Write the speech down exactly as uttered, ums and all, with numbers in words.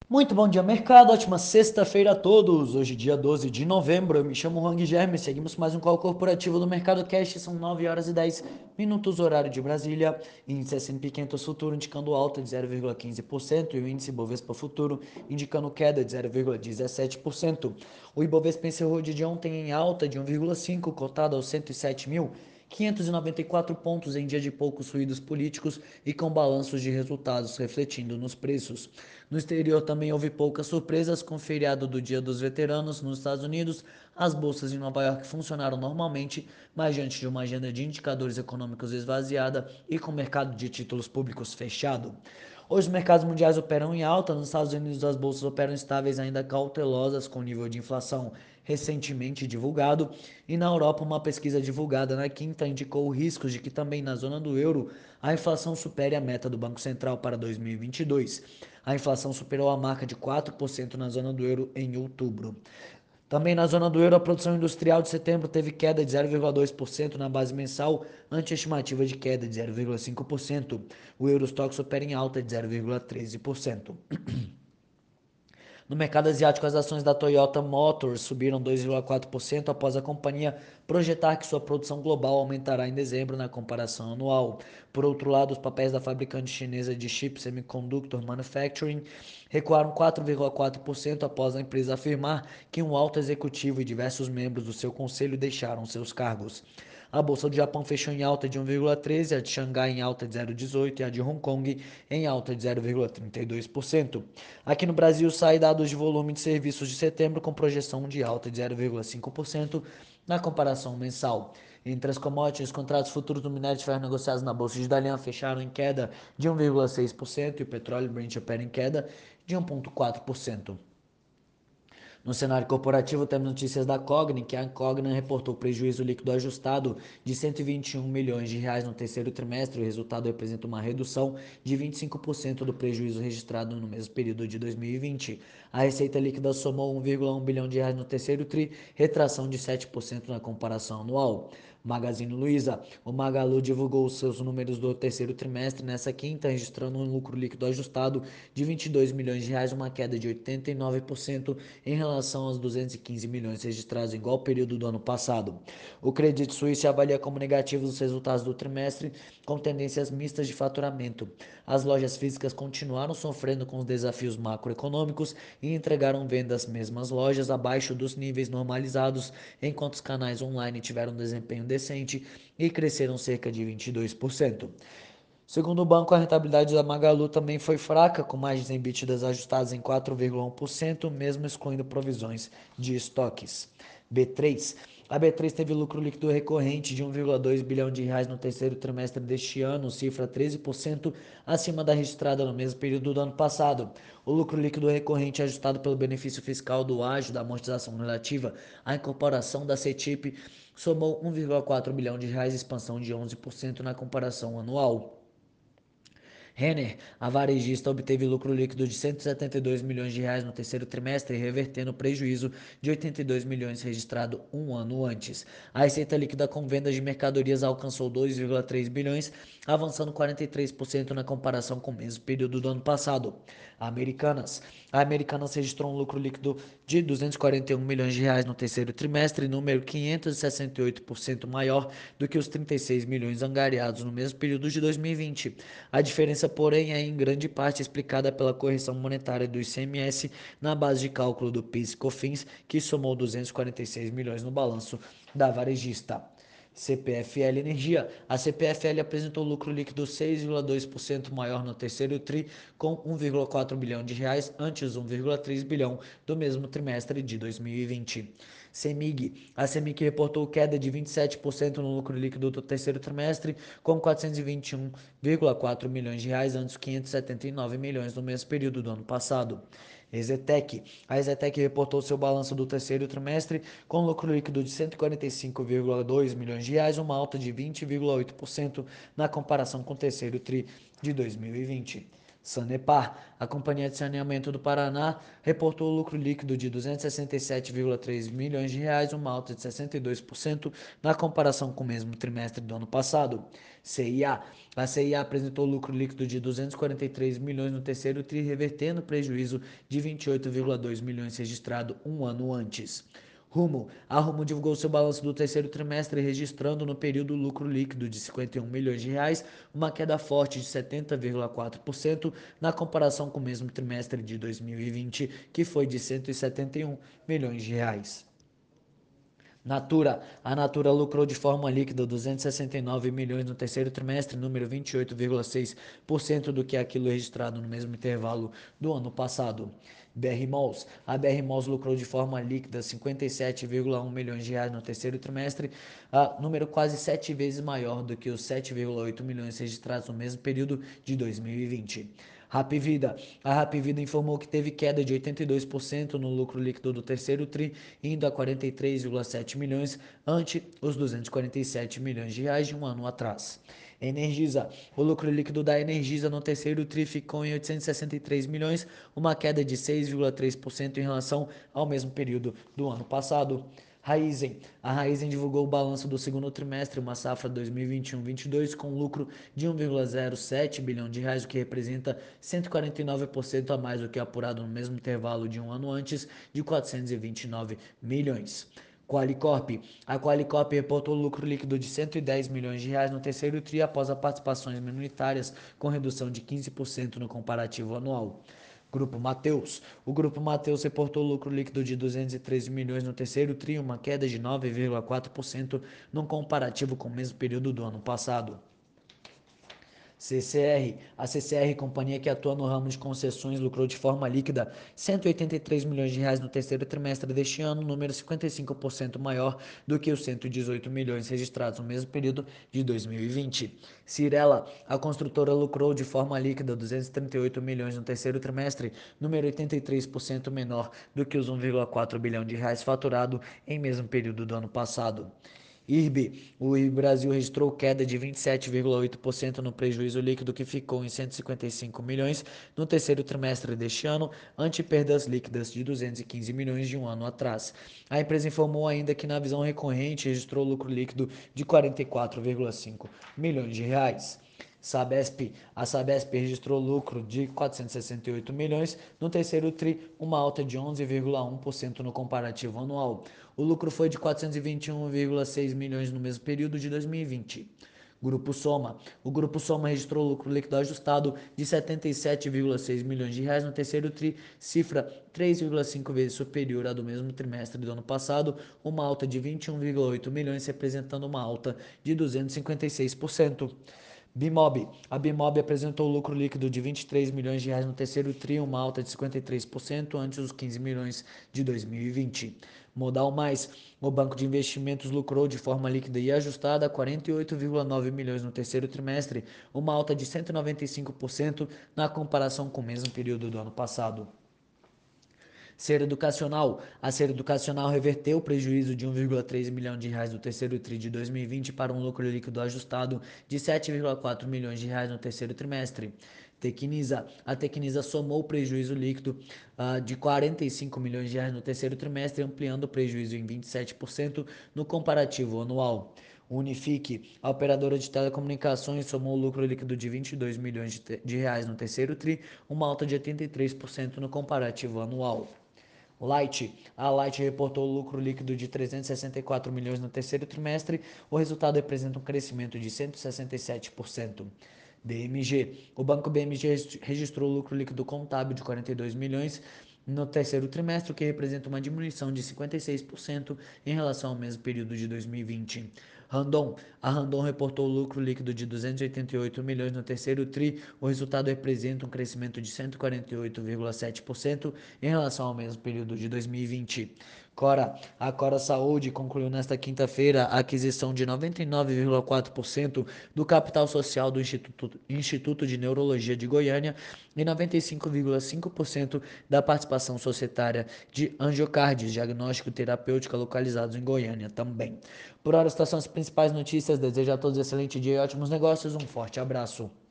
Muito bom dia, mercado. Ótima sexta-feira a todos. Hoje, dia doze de novembro. Eu me chamo Hang Germe. Seguimos mais um call corporativo do Mercado Cash. São nove horas e dez minutos, horário de Brasília. Índice S e P quinhentos Futuro indicando alta de zero vírgula quinze por cento e o índice Bovespa Futuro indicando queda de zero vírgula dezessete por cento. O Ibovespa encerrou o dia de ontem em alta de um vírgula cinco por cento, cotado aos cento e sete mil quinhentos e noventa e quatro pontos em dia de poucos ruídos políticos e com balanços de resultados refletindo nos preços. No exterior também houve poucas surpresas com o feriado do Dia dos Veteranos nos Estados Unidos. As bolsas em Nova York funcionaram normalmente, mas diante de uma agenda de indicadores econômicos esvaziada e com o mercado de títulos públicos fechado. Hoje os mercados mundiais operam em alta, nos Estados Unidos as bolsas operam estáveis ainda cautelosas com o nível de inflação recentemente divulgado, e na Europa uma pesquisa divulgada na quinta indicou riscos de que também na zona do euro a inflação supere a meta do Banco Central para dois mil e vinte e dois. A inflação superou a marca de quatro por cento na zona do euro em outubro. Também na zona do euro, a produção industrial de setembro teve queda de zero vírgula dois por cento na base mensal, ante a estimativa de queda de zero vírgula cinco por cento. O Eurostoxx opera em alta de zero vírgula treze por cento. No mercado asiático, as ações da Toyota Motors subiram dois vírgula quatro por cento após a companhia projetar que sua produção global aumentará em dezembro na comparação anual. Por outro lado, os papéis da fabricante chinesa de chips Semiconductor Manufacturing recuaram quatro vírgula quatro por cento após a empresa afirmar que um alto executivo e diversos membros do seu conselho deixaram seus cargos. A bolsa do Japão fechou em alta de um vírgula treze por cento, a de Xangai em alta de zero vírgula dezoito por cento e a de Hong Kong em alta de zero vírgula trinta e dois por cento. Aqui no Brasil, sai dados de volume de serviços de setembro com projeção de alta de zero vírgula cinco por cento na comparação mensal. Entre as commodities, os contratos futuros do minério de ferro negociados na Bolsa de Dalian fecharam em queda de um vírgula seis por cento e o petróleo Brent opera em queda de um vírgula quatro por cento. No cenário corporativo, temos notícias da Cogna, que a Cogna reportou prejuízo líquido ajustado de cento e vinte e um milhões de reais no terceiro trimestre. O resultado representa uma redução de vinte e cinco por cento do prejuízo registrado no mesmo período de dois mil e vinte. A receita líquida somou um vírgula um bilhão de reais no terceiro tri, retração de sete por cento na comparação anual. Magazine Luiza. O Magalu divulgou os seus números do terceiro trimestre nessa quinta, registrando um lucro líquido ajustado de vinte e dois milhões de reais, uma queda de oitenta e nove por cento em relação aos duzentos e quinze milhões registrados em igual período do ano passado. O Credit Suisse avalia como negativos os resultados do trimestre, com tendências mistas de faturamento. As lojas físicas continuaram sofrendo com os desafios macroeconômicos e entregaram vendas mesmas lojas abaixo dos níveis normalizados, enquanto os canais online tiveram um desempenho decente e cresceram cerca de vinte e dois por cento. Segundo o banco, a rentabilidade da Magalu também foi fraca, com margens emitidas ajustadas em quatro vírgula um por cento, mesmo excluindo provisões de estoques. B três. A B três teve lucro líquido recorrente de um vírgula dois bilhão de reais no terceiro trimestre deste ano, cifra treze por cento acima da registrada no mesmo período do ano passado. O lucro líquido recorrente ajustado pelo benefício fiscal do ágio da amortização relativa à incorporação da CETIP somou um vírgula quatro bilhão de reais, expansão de onze por cento na comparação anual. Renner, a varejista, obteve lucro líquido de cento e setenta e dois milhões de reais no terceiro trimestre, revertendo o prejuízo de oitenta e dois milhões registrado um ano antes. A receita líquida com vendas de mercadorias alcançou dois vírgula três bilhões, avançando quarenta e três por cento na comparação com o mesmo período do ano passado. Americanas. A Americanas registrou um lucro líquido de duzentos e quarenta e um milhões de reais no terceiro trimestre, número quinhentos e sessenta e oito por cento maior do que os trinta e seis milhões angariados no mesmo período de dois mil e vinte. A diferença, porém, é em grande parte explicada pela correção monetária do I C M S na base de cálculo do PIS e COFINS, que somou duzentos e quarenta e seis milhões no balanço da varejista. C P F L Energia. A C P F L apresentou lucro líquido seis vírgula dois por cento maior no terceiro tri, com um vírgula quatro bilhão de reais, antes um vírgula três bilhão do mesmo trimestre de dois mil e vinte. CEMIG. A CEMIG reportou queda de vinte e sete por cento no lucro líquido do terceiro trimestre, com quatrocentos e vinte e um vírgula quatro milhões de reais, antes quinhentos e setenta e nove milhões no mesmo período do ano passado. Exetec. A Exetec reportou seu balanço do terceiro trimestre com lucro líquido de cento e quarenta e cinco vírgula dois milhões de reais, uma alta de vinte vírgula oito por cento na comparação com o terceiro tri de dois mil e vinte. Sanepar, a Companhia de Saneamento do Paraná, reportou lucro líquido de duzentos e sessenta e sete vírgula três milhões de reais, uma alta de sessenta e dois por cento na comparação com o mesmo trimestre do ano passado. C I A, a C I A apresentou lucro líquido de duzentos e quarenta e três milhões no terceiro tri, revertendo prejuízo de vinte e oito vírgula dois milhões registrado um ano antes. Rumo. A Rumo divulgou seu balanço do terceiro trimestre, registrando no período lucro líquido de cinquenta e um milhões de reais, uma queda forte de setenta vírgula quatro por cento na comparação com o mesmo trimestre de dois mil e vinte, que foi de cento e setenta e um milhões de reais. Natura. A Natura lucrou de forma líquida duzentos e sessenta e nove milhões no terceiro trimestre, número vinte e oito vírgula seis por cento do que aquilo registrado no mesmo intervalo do ano passado. B R Malls. A B R Malls lucrou de forma líquida cinquenta e sete vírgula um milhões de reais no terceiro trimestre, a número quase sete vezes maior do que os sete vírgula oito milhões registrados no mesmo período de dois mil e vinte. Rapvida. A Rapvida informou que teve queda de oitenta e dois por cento no lucro líquido do terceiro tri, indo a quarenta e três vírgula sete milhões, ante os duzentos e quarenta e sete milhões de reais de um ano atrás. Energisa. O lucro líquido da Energisa no terceiro tri ficou em oitocentos e sessenta e três milhões, uma queda de seis vírgula três por cento em relação ao mesmo período do ano passado. Raizen. A Raizen divulgou o balanço do segundo trimestre, uma safra dois mil e vinte e um vinte e dois, com lucro de um vírgula zero sete bilhão de reais, o que representa cento e quarenta e nove por cento a mais do que apurado no mesmo intervalo de um ano antes, de quatrocentos e vinte e nove milhões. Qualicorp. A Qualicorp reportou lucro líquido de cento e dez milhões de reais no terceiro tri após as participações minoritárias, com redução de quinze por cento no comparativo anual. Grupo Mateus. O Grupo Mateus reportou lucro líquido de duzentos e treze milhões no terceiro tri, uma queda de nove vírgula quatro por cento no comparativo com o mesmo período do ano passado. C C R. A C C R, companhia que atua no ramo de concessões, lucrou de forma líquida cento e oitenta e três milhões de reais no terceiro trimestre deste ano, número cinquenta e cinco por cento maior do que os cento e dezoito milhões registrados no mesmo período de dois mil e vinte. Cirela. A construtora lucrou de forma líquida duzentos e trinta e oito milhões no terceiro trimestre, número oitenta e três por cento menor do que os um vírgula quatro bilhão de reais faturado em mesmo período do ano passado. I R B. O I R B Brasil registrou queda de vinte e sete vírgula oito por cento no prejuízo líquido, que ficou em cento e cinquenta e cinco milhões no terceiro trimestre deste ano, ante perdas líquidas de duzentos e quinze milhões de um ano atrás. A empresa informou ainda que na visão recorrente registrou lucro líquido de quarenta e quatro vírgula cinco milhões de reais. Sabesp. A Sabesp registrou lucro de quatrocentos e sessenta e oito milhões no terceiro tri, uma alta de onze vírgula um por cento no comparativo anual. O lucro foi de quatrocentos e vinte e um vírgula seis milhões no mesmo período de dois mil e vinte. Grupo Soma. O Grupo Soma registrou lucro líquido ajustado de setenta e sete vírgula seis milhões de reais no terceiro tri, cifra três vírgula cinco vezes superior à do mesmo trimestre do ano passado, uma alta de vinte e um vírgula oito milhões, representando uma alta de duzentos e cinquenta e seis por cento. Bimob. A Bimob apresentou lucro líquido de vinte e três milhões de reais no terceiro tri, uma alta de cinquenta e três por cento antes dos quinze milhões de dois mil e vinte. Modal Mais. O banco de investimentos lucrou de forma líquida e ajustada quarenta e oito vírgula nove milhões no terceiro trimestre, uma alta de cento e noventa e cinco por cento na comparação com o mesmo período do ano passado. Ser Educacional. A Ser Educacional reverteu o prejuízo de um vírgula três milhão de reais no terceiro tri de dois mil e vinte para um lucro líquido ajustado de sete vírgula quatro milhões de reais no terceiro trimestre. Tecnisa. A Tecnisa somou o prejuízo líquido uh, de quarenta e cinco milhões de reais no terceiro trimestre, ampliando o prejuízo em vinte e sete por cento no comparativo anual. Unifique. A operadora de telecomunicações somou lucro líquido de vinte e dois milhões de, de reais no terceiro tri, uma alta de oitenta e três por cento no comparativo anual. Light. A Light reportou lucro líquido de trezentos e sessenta e quatro milhões no terceiro trimestre. O resultado representa um crescimento de cento e sessenta e sete por cento. B M G. O banco B M G registrou lucro líquido contábil de quarenta e dois milhões no terceiro trimestre, o que representa uma diminuição de cinquenta e seis por cento em relação ao mesmo período de dois mil e vinte. Randon. A Randon reportou lucro líquido de duzentos e oitenta e oito milhões no terceiro tri. O resultado representa um crescimento de cento e quarenta e oito vírgula sete por cento em relação ao mesmo período de dois mil e vinte. Cora. A Cora Saúde concluiu nesta quinta-feira a aquisição de noventa e nove vírgula quatro por cento do capital social do Instituto, Instituto de Neurologia de Goiânia e noventa e cinco vírgula cinco por cento da participação societária de Angiocardes, diagnóstico terapêutica, localizados em Goiânia também. Por hora, estas são as principais notícias. Desejo a todos um excelente dia e ótimos negócios. Um forte abraço.